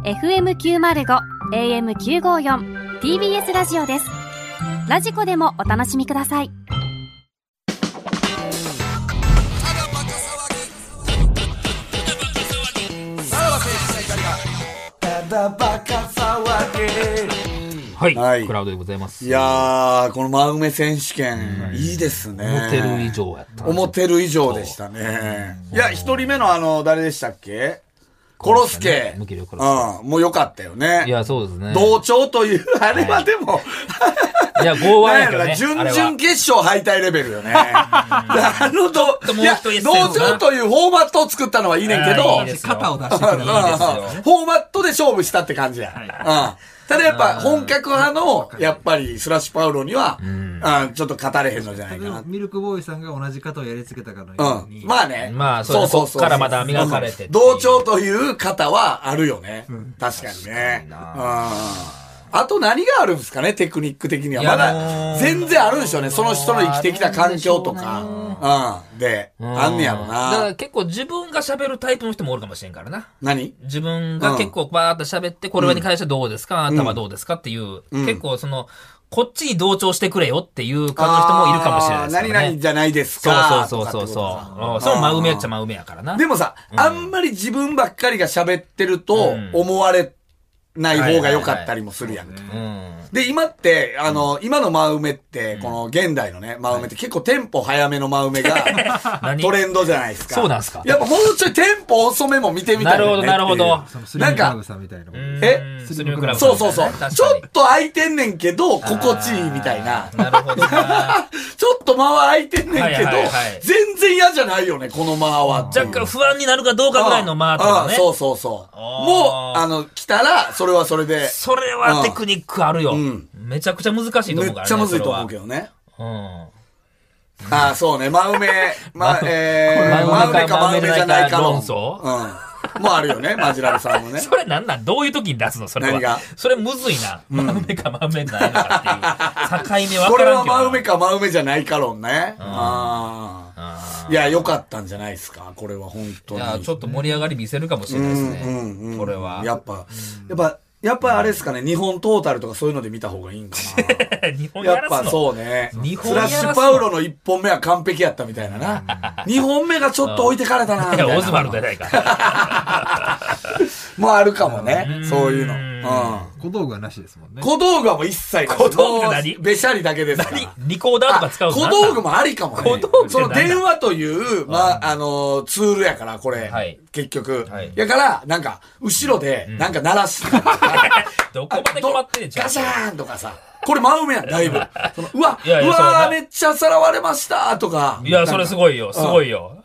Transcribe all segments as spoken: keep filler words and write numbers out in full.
エフエムきゅうまるご エーエムきゅうごよん ティービーエス ラジオです。ラジコでもお楽しみください。 はい、 はい、 クラウドでございます。 いやー、この真梅選手権、うん、いいですね。 思ってる以上やった。 思ってる以上でしたね。いや、一人目のあの、誰でしたっけ？コロスケ。 無気力コロスケ。うん、もう良かったよね。 いや、そうですね。 同調という、あれはでも、はいいや、剛腕やけどね。 準々決勝敗退レベルよね。あの、ど、いや、同調というフォーマットを作ったのはいいねんけど、 肩を出してくれるんですよ。 フォーマットで勝負したって感じや。うんただやっぱ本格派の、やっぱりスラッシュパウロには、あちょっと語れへんのじゃないかな。 ミルクボーイさんが同じ型をやり付けたかのように。 うん。まあね。 まあ、そうそうそう。からまだ磨かれて。 同調という型はあるよね。確かにね。あと何があるんですかね、テクニック的には。まだ全然あるんでしょうね。その人の生きてきた環境とか。うん。で、あんねやろな。 だから結構自分が喋るタイプの人もおるかもしれんからな。 何？ 自分が結構バーっと喋って、これに関してどうですか、あなたはどうですかっていう、結構その、こっちに同調してくれよっていう感じの人もいるかもしれないですね。 何々じゃないですか。 そうそうそうそう。その真梅やっちゃ真梅やからな。 でもさ、あんまり自分ばっかりが喋ってると思われない方が良かったりもするやん。で、今って、あの、今の真梅って、この現代のね、真梅って結構テンポ早めの真梅がトレンドじゃないですか。 そうなんすか。 やっぱもうちょいテンポ遅めも見てみたいな。 なるほど、なるほど。 なんか、えスリムクラブそうそうそう。ちょっと空いてんねんけど、心地いいみたいな。 なるほど。ちょっと間は空いてんねんけど、全然嫌じゃないよね、この間は。 若干不安になるかどうかぐらいの間とかね。 そうそうそう。もう、あの、来たら、それはそれで。 それはテクニックあるよ。めちゃくちゃ難しいと思うからね。 めっちゃむずいと思うけどね。 うん。 ああ、そうね。真梅、ま、えー、真梅か真梅じゃないか論争うん。もうあるよね、マジラルさんもね。 それなんなんどういう時に出すのそれは。何がそれむずいな。真梅か真梅じゃないのかっていう。境目分からんけど。 これは真梅か真梅じゃないか論ね。ああ。いや、良かったんじゃないですか、これは本当に。いや、 ちょっと盛り上がり見せるかもしれないですね。これは。 やっぱ、やっぱ、やっぱあれですかね、日本トータルとかそういうので見た方がいいんかな。 日本やらすのやっぱそうね。スラッシュパウロのいっぽんめは完璧やったみたいなな。にほんめがちょっと置いてかれたな。 いや、オズワルドじゃないか。 もうあるかもね、そういうの。 小道具はなしですもんね。 小道具はもう一切なし。 小道具何？ べしゃりだけですから。 リコーダーとか使うの？ 小道具もありかもね。 小道具その電話という、まあ、あの、ツールやから、これ。結局。やから、なんか、後ろで、なんか鳴らして。 どこまで困ってんじゃん。 ガシャーンとかさ。これ真梅やん、だいぶ。うわ、うわめっちゃさらわれましたとか。 いや、それすごいよ、すごいよ。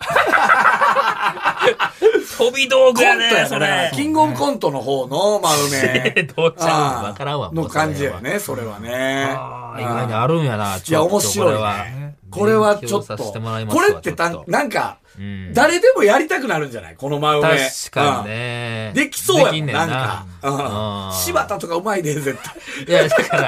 飛び道具やね、それ。 キングオブコントの方の真梅。 どうちゃうわからんわ。 の感じやね、それはね。 意外にあるんやな、 いや、面白いね。これはちょっと。これってなんか、誰でもやりたくなるんじゃないこの真梅。 確かにね。 できそうやもん、なんか。柴田とかうまいで、絶対。 いや、だから、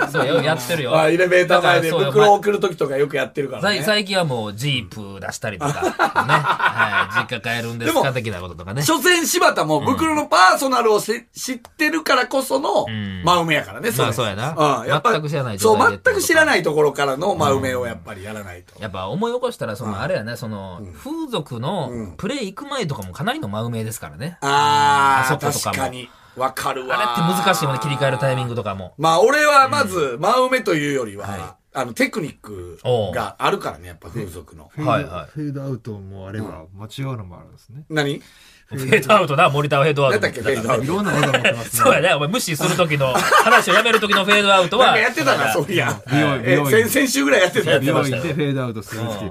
そうよ、やってるよ。 エレベーター前で袋を送るときとかよくやってるからね。 最近はもうジープ出したりとか、ね。はい、実家帰るんですか的なこととかね。 所詮柴田も袋のパーソナルを知ってるからこその真梅やからね、 そうそうやな。全く知らないそう、全く知らないところからの真梅をやっぱりやらないと。 やっぱ思い起こしたら、その、あれやね、その、風俗のプレイ行く前とかもかなりの真梅ですからね。 ああ、確かに。わかるわ。 あれって難しいもんね、切り替えるタイミングとかも。 まあ、俺はまず、真梅というよりは、あの、テクニックがあるからね、やっぱ風俗の。 はいはい。 フェードアウトもあれば、間違うのもあるんですね。 何フェードアウトな、森田はフェードアウト。 なんだっけ、フェードアウト。 いろんな技持ってますね。 そうやね、お前無視するときの、話をやめるときのフェードアウトは。 なんかやってたな、そういや。先、先週ぐらいやってたやつ。 美容院でフェードアウトするっていう。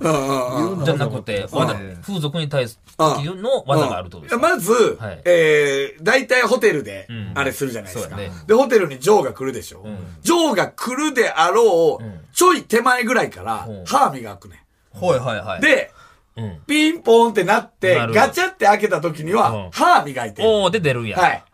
じゃなくて、風俗に対するの技があるとですか。 まず、えー、大体ホテルで、あれするじゃないですか。で、ホテルにジョーが来るでしょ。ジョーが来るであろう、ちょい手前ぐらいから、歯磨くね。 はいはいはい。 で、うん、ピンポーンってなって、ガチャって開けた時には、うん、歯磨いてる。 おー、で出るんや。 はい。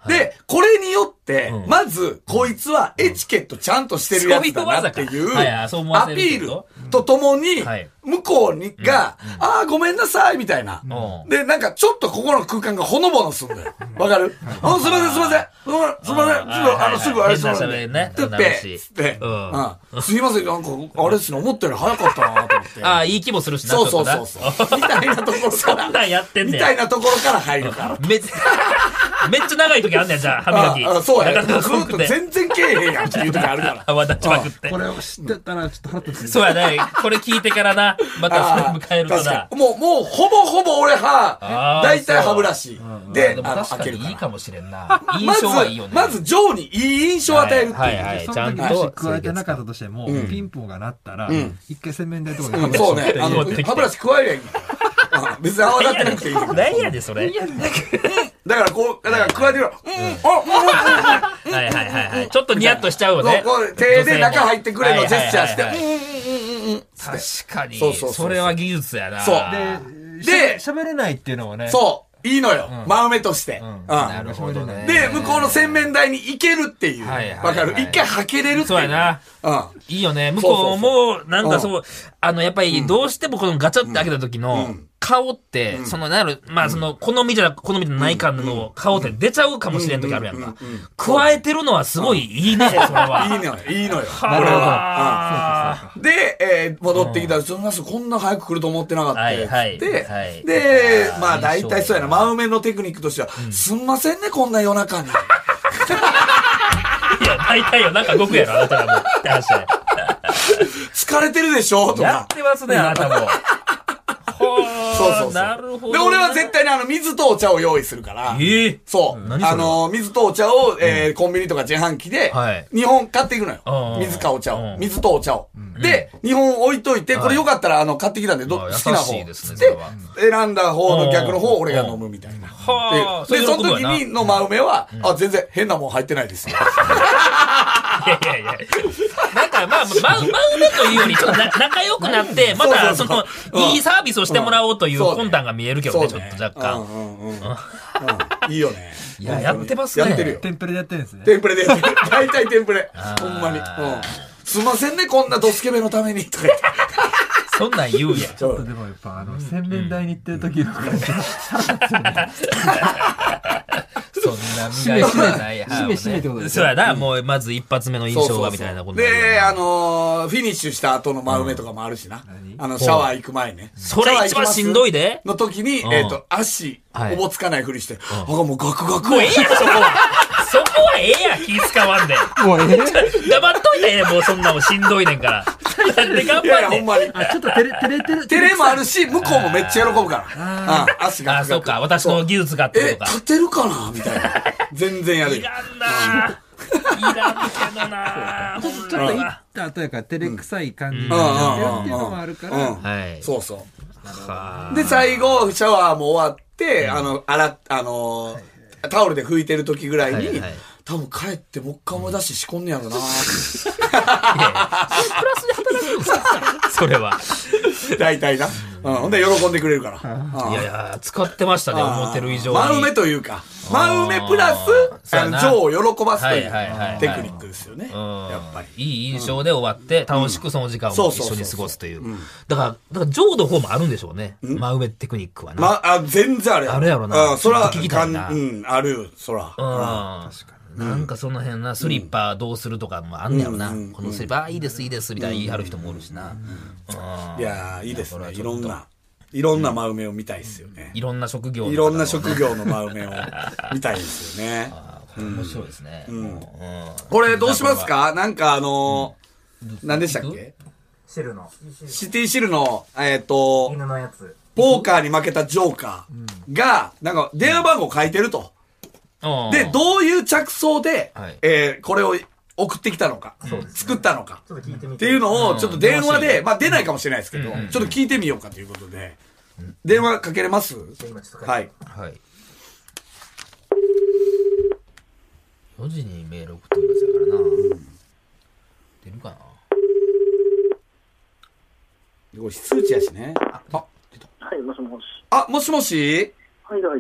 で、これによって、 うんまず、こいつはエチケットちゃんとしてるやつだなっていう、 はいはいそう思わアピせるってこールとともにはい、 向こうにが、ああ、ごめんなさい、みたいな。 うんで、なんか、ちょっとここの空間がほのぼのすんだよ。わかるあ、すいません、すいません。すいません、すいません。ちょっと、あの、すぐあれしますんで。 変な喋りねてっなるぺ、 しつって。 うんうん。すいません、なんか、あれっすね、思ったより早かったなと思って。 ああ、いい気もするしな。 そうそうちょそっとなうそう。みたいなところから。 そんなんやってんねんみたいなところから入るから。 めっちゃ、めっちゃ長い時あんねん、じゃあ、歯磨き。 ああそうや。 なずかなか濃くてーっと全然けえへんやんっていう時あるから。 泡立ちまくってこ。れを知ってたらちょっと腹立つ。 そうやね。これ聞いてからな、またそれ迎えると確かな。 にもう、もう、ほぼほぼ俺歯あー、 大体歯ブラシで、 でもあの、 確か開けるから。 にいいかもしれんな。印まず象はいいよね。、 まず、ジョーにいい印象を与えるっていう。 はいはいはいそちゃんとの時もし加えてなかったとしても、 うんピンポンが鳴ったらん、 一回洗面台とかでうんそうね。あの、 持ってきて歯ブラシ加えりゃいいんだよ。うん別に泡立ってなくていいんだから。 何やで、それ。 だから、こう、だから加えてるよ。うん、あ、うん、うん、うん。 はいはいはいはい。ちょっとニヤッとしちゃうよね。 こう手で中入ってくれのジェスチャーして、 はいはいはいはいうんうんうんうん。 確かに。 そうそうそうそうそれは技術やな。 そうで、 でしゃべれないっていうのもね。 そう、いいのよ。真埋めとして。 んうんなるほどね。 で、向こうの洗面台に行けるっていう。 はいはいはいわかる一回履けれるっていう。 そうやな。 うん。 いいよね。向こうも、なんかそう、あの、やっぱりうんどうしてもこのガチャって開けた時うのん顔って、その、なんやろ、まあその、好みじゃ、好みじゃない感の顔って出ちゃうかもしれん時あるやんかうんうんうんうん。 加えてるのはすごいいいね、それは。 いいのよ、いいのよ。 は俺は。 あうんで、えー戻ってきたら、そんな人こんな早く来ると思ってなかった。 はいはいではい、 で、 あーまあ大体そうやな、 いい勝負真埋めのテクニックとしては、すんませんね、こんな夜中に。 いや、大体よ、なんか動くやろ、あなたらもう。って話だよ疲れてるでしょとやかっ。てますね、あなたも。ほーそうそうそう。 なるほど。 で、俺は絶対にあの、水とお茶を用意するから。 ええそう。 何それあの、水とお茶を、えーコンビニとか自販機ではい、 日本買っていくのよ。 うん水かお茶を。 うん水とお茶を。で、日本置いといて、これよかったら、あの、買ってきたんで、ど、 まあ好きな方。 優しいですねつってそれは選んだ方の逆の方をうん俺が飲むみたいな。 はあで、でその時それ喜ぶわなにの真梅は、あ、全然変なもん入ってないですよ。 いやいやいや。なんか、まあ、ま、真梅というより、ちょっとな仲良くなって、また、そのそうそうそう、 いいサービスをしてもらおうというそうね魂胆が見えるけどね、ちょっと若干。 うんうんうんうん。いいよね。 いややってますねやってるよ。 テンプレでやってるんですね。 テンプレでやってる。大体テンプレあ。ーほんまに。うん。すいませんね、こんなドスケベのために。とか言って。 そんなん言うやん。 ちょっとでもやっぱあの、洗面台に行ってる時の感じが腹立つよね。 そんな磨いてないしめしめってことですよそうやな、もう、まず一発目の印象がみたいなことになるよなで、あのー、フィニッシュした後の真梅とかもあるしな。あの、シャワー行く前ね。 それ一番しんどいで。 の時に、 うんえっと、足、 はいおぼつかないふりして、あ、もうガクガク。 もうええやん、そこは。そこはええやん、気使わんで。 もうええ黙っといたらええねん、もうそんなもんしんどいねんから。なんで頑いやいや、 張んねん。 ほんまに。 あ、ちょっと照れ、照れてる。 照れもあるし、向こうもめっちゃ喜ぶから。うん、足があ、そうか、私の技術があってえ、 とか。 立てるかなみたいな。全然やるよ。 いらんなぁ。いらんけどなぁ。 ちょっと行った後やから照れくさい感じにうんなってるっていうのもあるかうんら。 はい。 そうそはう。で、最後、シャワーも終わって、あの、洗っ、あのー、タオルで拭いてる時ぐらいにはいはい、 多分帰ってもう一回思い出して仕込んねやろないやいやそれプラスで働くんですかそれは。 大体な。うん。ほんで喜んでくれるから。うんいやいや、使ってましたね、思ってる以上に。 真梅というか、真梅プラス、 そうやなあの、ジョーを喜ばすといはいはいはいはいうテクニックですよね。 うんやっぱり。 いい印象で終わって、楽しくその時間をそうそうそう一緒に過ごすという。だから、だから、ジョーの方もあるんでしょうね。真上テクニックはね。 ま、あ、全然あるやろ。 あるやろなうん、そら、 ちょっと聞きたいなかんうん、あるよ、そら。 うん。なんかその辺な、スリッパどうするとかもあんねやろな。このスリッパ、あいいです、いいです、みたいな言い張る人もおるしな。うんいやー、いいですね。いそれはちょっとろんな、いろんな真梅を見たいですよね。 いろんな職業の方のいろんな職業の真梅を見たいですよね。 あーこれ面白いですね。うんこれどうしますかなんかあのー、何でしたっけシルのシティシルの、えっと、 犬のやつ。 ポーカーに負けたジョーカーが、なんか電話番号書いてると。 うんで、どういう着想ではい、 えーこれを送ってきたのかそうですね、 作ったのか。 ちょっと聞いてみ。 ってていうのを、ちょっと電話うんで、まあ出ないかもしれないですけど、ちょっと聞いてみようかということで、電話かけれます今ちょっとはい。 はい。よじにメール送ってくださいからな。出るかなこれ非通知やしね。あ、出た。 はい、もしもし。 あ、もしもしはいはい。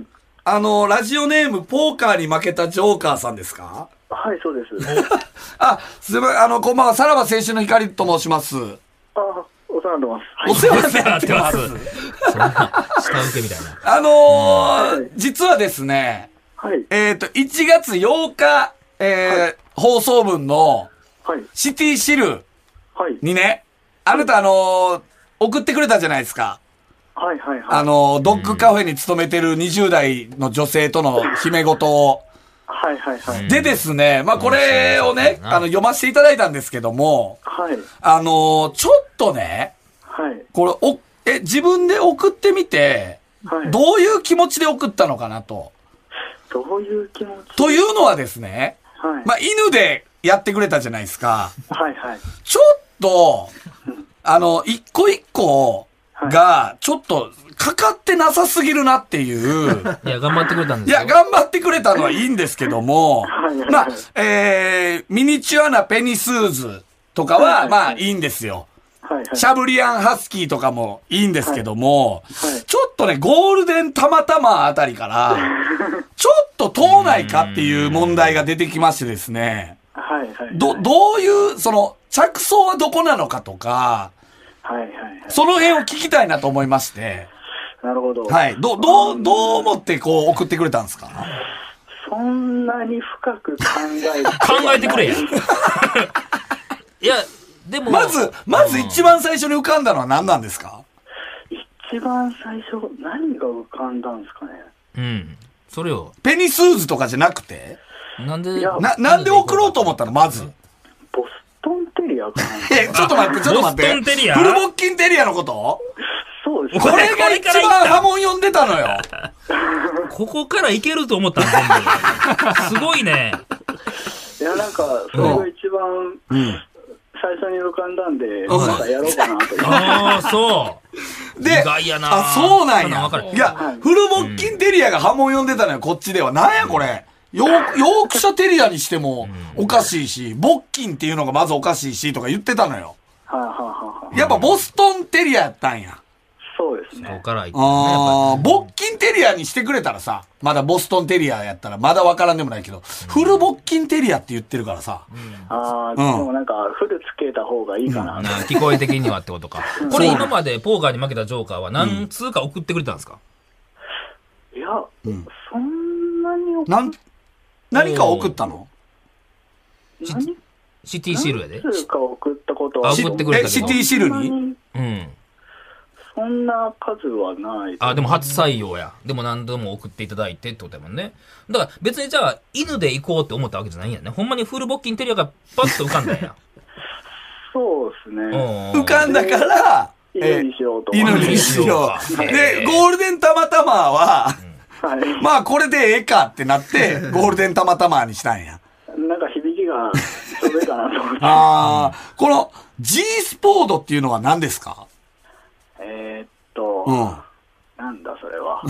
あの、ラジオネーム、ポーカーに負けたジョーカーさんですか？ はい、そうです。 あ、すみません、あの、こんばんは、さらば青春の光と申します。 あ、お世話になってます。 お世話になってます。 そんな、下請けみたいな。 あのーはい、実はですね、 はい。 えっと、いちがつようか、えーはい、放送分の、 はい。 シティシルにね、 はい、 あなたあのー、送ってくれたじゃないですか。 はいはいはい。 あのー、ドッグカフェに勤めてるにじゅう代の女性との秘め事を。 はいはいはい。 でですね、まあ、これをね、あの、読ませていただいたんですけども、 はい。 あのー、ちょっとね、 はい。 これ、お、え、自分で送ってみて、 はい。 どういう気持ちで送ったのかなと。 どういう気持ち？ というのはですね、 はい。 まあ、犬でやってくれたじゃないですか。 はいはい。 ちょっと、あの、一個一個が、ちょっと、かかってなさすぎるなっていう。 いや、頑張ってくれたんですよ。 いや、頑張ってくれたのはいいんですけども、 はいはい、 まあ、えー、ミニチュアなペニスーズとかは、まあ、いいんですよ。 はいはい、 シャブリアンハスキーとかもいいんですけども、 はいはい、 ちょっとね、ゴールデンたまたまあたりから、ちょっと通ないかっていう問題が出てきましてですね、 はいはいはい、 ど、どういう、その、着想はどこなのかとか、 はいはいはい、 その辺を聞きたいなと思いまして、 なるほど。 はい。ど、どう、どう思ってこう送ってくれたんですか？ そんなに深く考えて。 考えてくれや。いや、でも。 まず、まず一番最初に浮かんだのは何なんですか？ 一番最初、何が浮かんだんですかね。 うん。それを。 ペニスーズとかじゃなくて？ なんで、 な、なんで送ろうと思ったのまず。 ボストンテリアかな。 え、ちょっと待って、ちょっと待って。 ボストンテリア？ フルボッキンテリアのこと？ そうですね。 これが一番波紋読んでたのよ。 ここからいけると思ったん全部。すごいね。 いや、なんか、それが一番、うん、最初に浮かんだんで、 うん、 またやろうかなと。 ああ、そう。 で、 意外やな。 あ、そうなんや。いや、 はい、 フルボッキンテリアが波紋読んでたのよ、こっちでは。なんやこれ。ヨーク、ヨークシャテリアにしてもおかしいし、ボッキンっていうのがまずおかしいし、とか言ってたのよ。 はあ、はあはあ、 やっぱボストンテリアやったんや。 そうですね。 ここから行って、 ね、ああ、ボッキンテリアにしてくれたらさ、まだボストンテリアやったらまだわからんでもないけど、うん、フルボッキンテリアって言ってるからさ。 うん、ああ、でもなんか、フルつけた方がいいかな。うん、 聞こえ的にはってことか。これ今までポーカーに負けたジョーカーは何通か送ってくれたんですか？ いや、うん、そんなに送っなん何か送ったの？ 何シティシルやで。 何通か送ったことは。 あ、送ってくれたけど。 シティシルに？ うん。 そんな数はない。 あ、でも初採用や。でも何度も送っていただいてってことやもんね。だから別にじゃあ、犬で行こうって思ったわけじゃないんやね。ほんまにフルボッキンテリアがパッと浮かんだんや。 そうですね。 浮かんだから、 犬にしようと。 犬にしよう。で、ゴールデンたまたまは、はい、まあこれでええかってなって、ゴールデンたまたまにしたんや。 なんか響きがちょうどいいかなと思って。 ああ、この G スポードっていうのは何ですか？ えー、っと、うん、なんだそれは。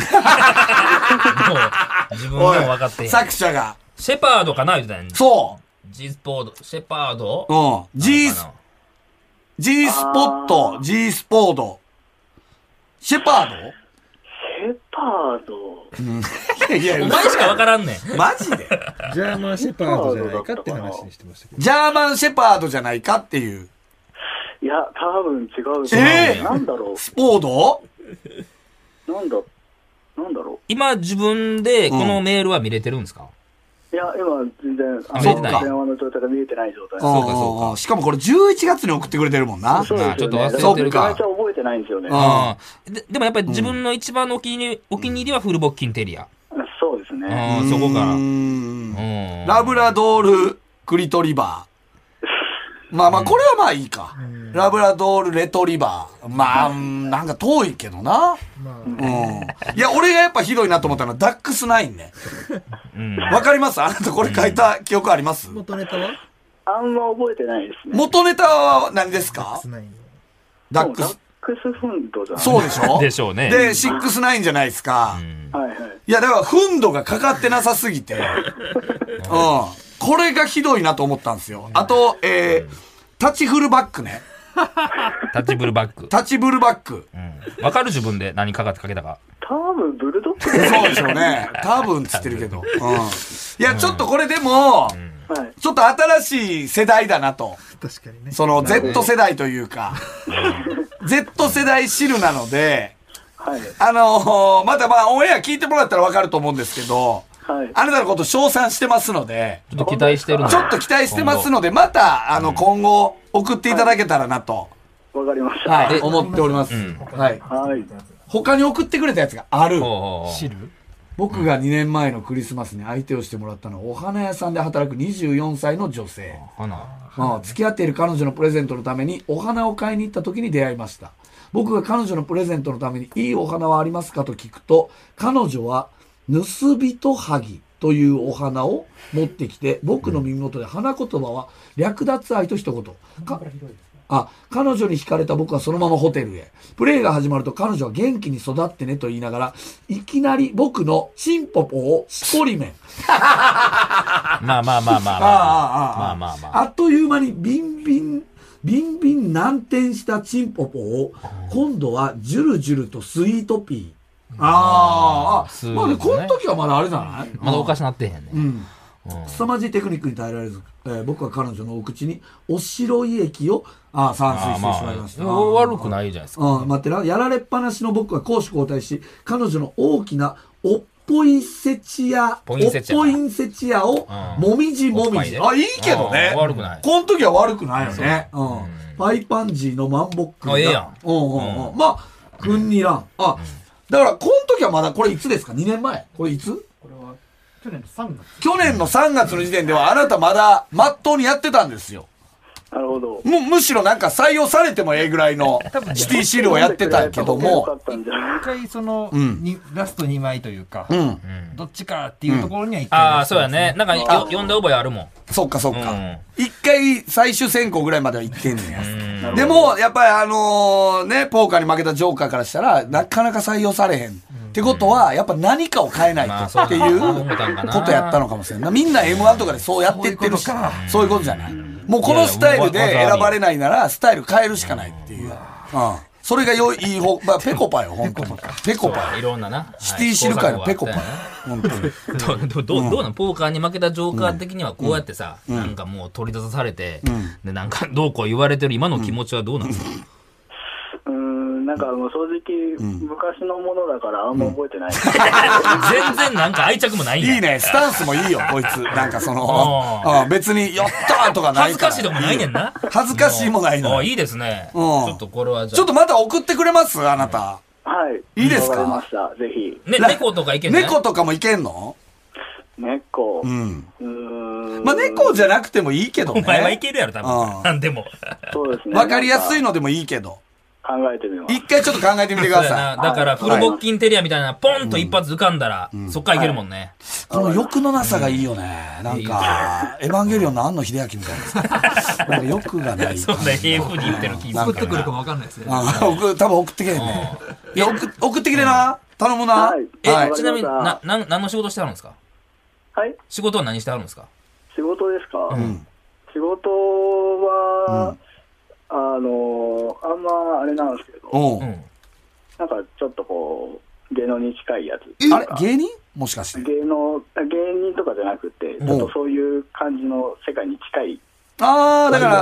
もう、自分でも分かってへん。 作者が。 シェパードかな言うてたんやん。 そう。 G スポード、シェパード？ うん。G、G スポット、G スポード。シェパード？ シェパード。 うん、いやいや、 お前しか分からんねん。 マジでジャーマンシェパードじゃないかって話にしてましたけど。 ジャーマンシェパードじゃないかっていう。 いや、多分違う。 えー、 なんだろう。 スポード？ なんだ、なんだろう。 今自分でこのメールは見れてるんですか？ うん、いや、今全然、 あ、見れてない。 電話の状態が見えてない状態。 そうかそうか。 しかもこれじゅういちがつに送ってくれてるもんな。 そうですよね。 ちょっと忘れてるか。 めちゃめちゃ覚えてないんですよね。 うん。で、でもやっぱり自分の一番のお気に入り、お気に入りはフルボッキンテリア。 そうですね。 ああ、そこから。 ラブラドールクリトリバー。まあまあ、これはまあいいか。ラブラドールレトリバー。まあ、なんか遠いけどな。うん。いや、俺がやっぱひどいなと思ったのはダックスナインね。わかります？あなたこれ書いた記憶あります？ 元ネタは？ あんま覚えてないですね。 元ネタは何ですか？ダックス。 ダックスフンドじゃない？ そうでしょ？ でしょうね。 で、シックスナインじゃないですか。 はいはい。 いや、だからフンドがかかってなさすぎて。うん。これがひどいなと思ったんですよ。あと、えー、タッチフルバックね。 タッチフルバック。 タッチフルバック。 うん。わかる自分で何かかってかけたか。 タ多分ブルドッグそうでしょうね。多分つってるけど。うん。いや、ちょっとこれでも、 はい、 ちょっと新しい世代だなと。 確かにね。 その Z 世代というか、Z 世代シルなので、 はい、 あのー、まだまあオンエア聞いてもらったらわかると思うんですけど、はい、あなたのこと称賛してますので、 ちょっと期待してるのちょっと期待してますので、また、あの、今後送っていただけたらなと。 わかりました。 はい、思っております。はい。 はい。 他に送ってくれたやつがある。 シル？ 僕がにねんまえのクリスマスに相手をしてもらったのは、お花屋さんで働くにじゅうよんさいの女性。 花。 まあ、付き合っている彼女のプレゼントのためにお花を買いに行った時に出会いました。僕が彼女のプレゼントのためにいいお花はありますかと聞くと、彼女はヌスビトハギというお花を持ってきて、僕の耳元で花言葉は略奪愛と一言。かあ、彼女に惹かれた僕はそのままホテルへ。プレイが始まると彼女は元気に育ってねと言いながら、いきなり僕のチンポポをしこりめん。 まあまあまあまあまあ。まあまあまあ。 あっという間にビンビン、ビンビン難点したチンポポを、今度はジュルジュルとスイートピー。ああ、まあね、この時はまだあれじゃない？ まだおかしなってへんね。うん。 凄まじいテクニックに耐えられず、えー、僕は彼女のお口にお白い液をあ散水してしまいました。 まあ、悪くないじゃないですか。 あ待ってな、やられっぱなしの僕は攻守交代し、彼女の大きなおっぽいセチア、おっぽいんセチアをもみじもみじ。あ、いいけどね。 悪くない。 この時は悪くないよね。うん。パイパンジーのマンボックが。 あ、ええやん。 うんうんうん。まあ、くんにらん。あ、だからこの時はまだこれいつですか？ に 年前。これいつ？ これは去年のさんがつ。 去年のさんがつの時点ではあなたまだまっとうにやってたんですよ。 なるほど。 む、むしろなんか採用されてもええぐらいのシティシールをやってたけども。 一回その、うん、にラストにまいというか、うん、どっちかっていうところには一回、うん。ああ、そうやね。なんかよ読んだ覚えあるもん。 そっかそっか。一、うん、回最終選考ぐらいまでは行ってんねや。でも、やっぱりあのー、ね、ポーカーに負けたジョーカーからしたら、なかなか採用されへん。ってことは、やっぱ何かを変えないとっていうことやったのかもしれない。みんな エムワン とかでそうやってってるし、そういうことじゃない。もうこのスタイルで選ばれないなら、スタイル変えるしかないっていう。うん。それが良い、いい方、まあ、ペコパよ、本当に。ペコパ。 いろんなな。 シティシル界のペコパ。本当に。どう、どう、どうなんポーカーに負けたジョーカー的にはこうやってさ、なんかもう取り出されて、で、なんかどうこう言われてる今の気持ちはどうなんですか？ うーん、なんかもう正直、昔のものだからあんま覚えてない。 全然なんか愛着もないんや。 いいね、スタンスもいいよ、こいつ。なんかその、別に、やったーとかないから。 恥ずかしいともないねんな。 恥ずかしいもないの。 いいですね。ちょっとこれはじゃあ。 ちょっとまた送ってくれますあなた。 はい。 いいですか？ わかりました。ぜひ。 ね、猫とかいけんの？ 猫とかもいけんの？ 猫。 うん。うーん。まあ、猫じゃなくてもいいけどね。 お前はいけるやろ、多分。なんでも。 そうですね。 わかりやすいのでもいいけど。 考えてみます。 一回ちょっと考えてみてください。 だから、フルボッキンテリアみたいな、ポンと一発浮かんだら、そっからいけるもんね。 この欲のなさがいいよね。なんか、エヴァンゲリオンの庵野秀明みたいな。なんか欲がない。 そんなええ風に言ってる気送ってくるかもわかんないですね。 多分送ってけへんね。いや、送ってきてな。頼むな。 え、ちなみに、な、な、何の仕事してはるんですか？ はい。 仕事は何してはるんですか？ 仕事ですか？うん。仕事は、あのー、あんまあれなんですけど、うん、なんかちょっとこう、芸能に近いやつ。 あれ芸人もしかして芸能、芸人とかじゃなくて、ちょっとそういう感じの世界に近い。 ああ、だから、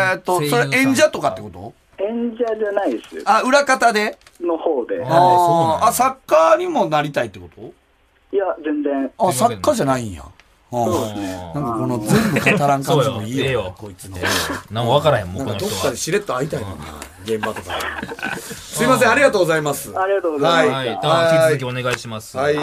えーっと、それ演者とかってこと？ 演者じゃないです。 あ、裏方での方で。 ああ、作家にもなりたいってこと？ いや、全然。 あ、作家じゃないんや。 そうですね。 なんかこの全部語らん感じもいいよ、こいつの。 なんか分からへんもん、 この人は。どっかでしれっと会いたいもんな、現場とか。すいません、ありがとうございます。 ありがとうございます。 はい、引き続きお願いします。 はい。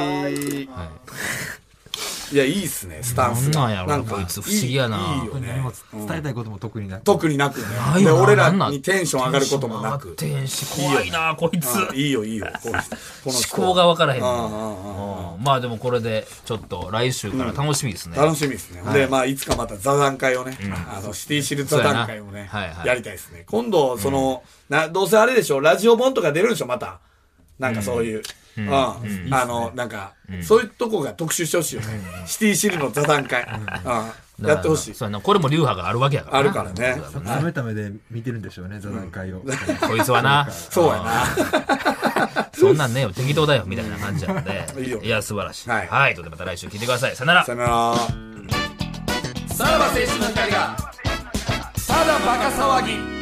いや、いいっすね、スタンス。 なんやろな、こいつ不思議やな。 いいよね。 伝えたいことも特になく。 特になくね。で、俺らにテンション上がることもなく。 テンション怖いな、こいつ。 いいよ、いいよ。 思考が分からへん。まあでもこれで、ちょっと来週から楽しみですね。 楽しみですね。で、まあ、いつかまた座談会をね、あの、シティシル座談会をね、やりたいですね。今度、その、な、どうせあれでしょ、ラジオ本とか出るんでしょ、また。なんかそういう。うん。あの、なんか、そういうとこが特集してほしいよね。シティシルの座談会。うん。やってほしい。 そうやな、これも流派があるわけやからあるからね。 冷めた目で見てるんでしょうね、座談会を。 こいつはな。 そうやな。 そんなんねえよ、適当だよ、みたいな感じなので。 いいよいや、素晴らしい。 はいはい。ということでまた来週聞いてください。さよなら。 さよなら。さらば青春の光が、ただバカ騒ぎ。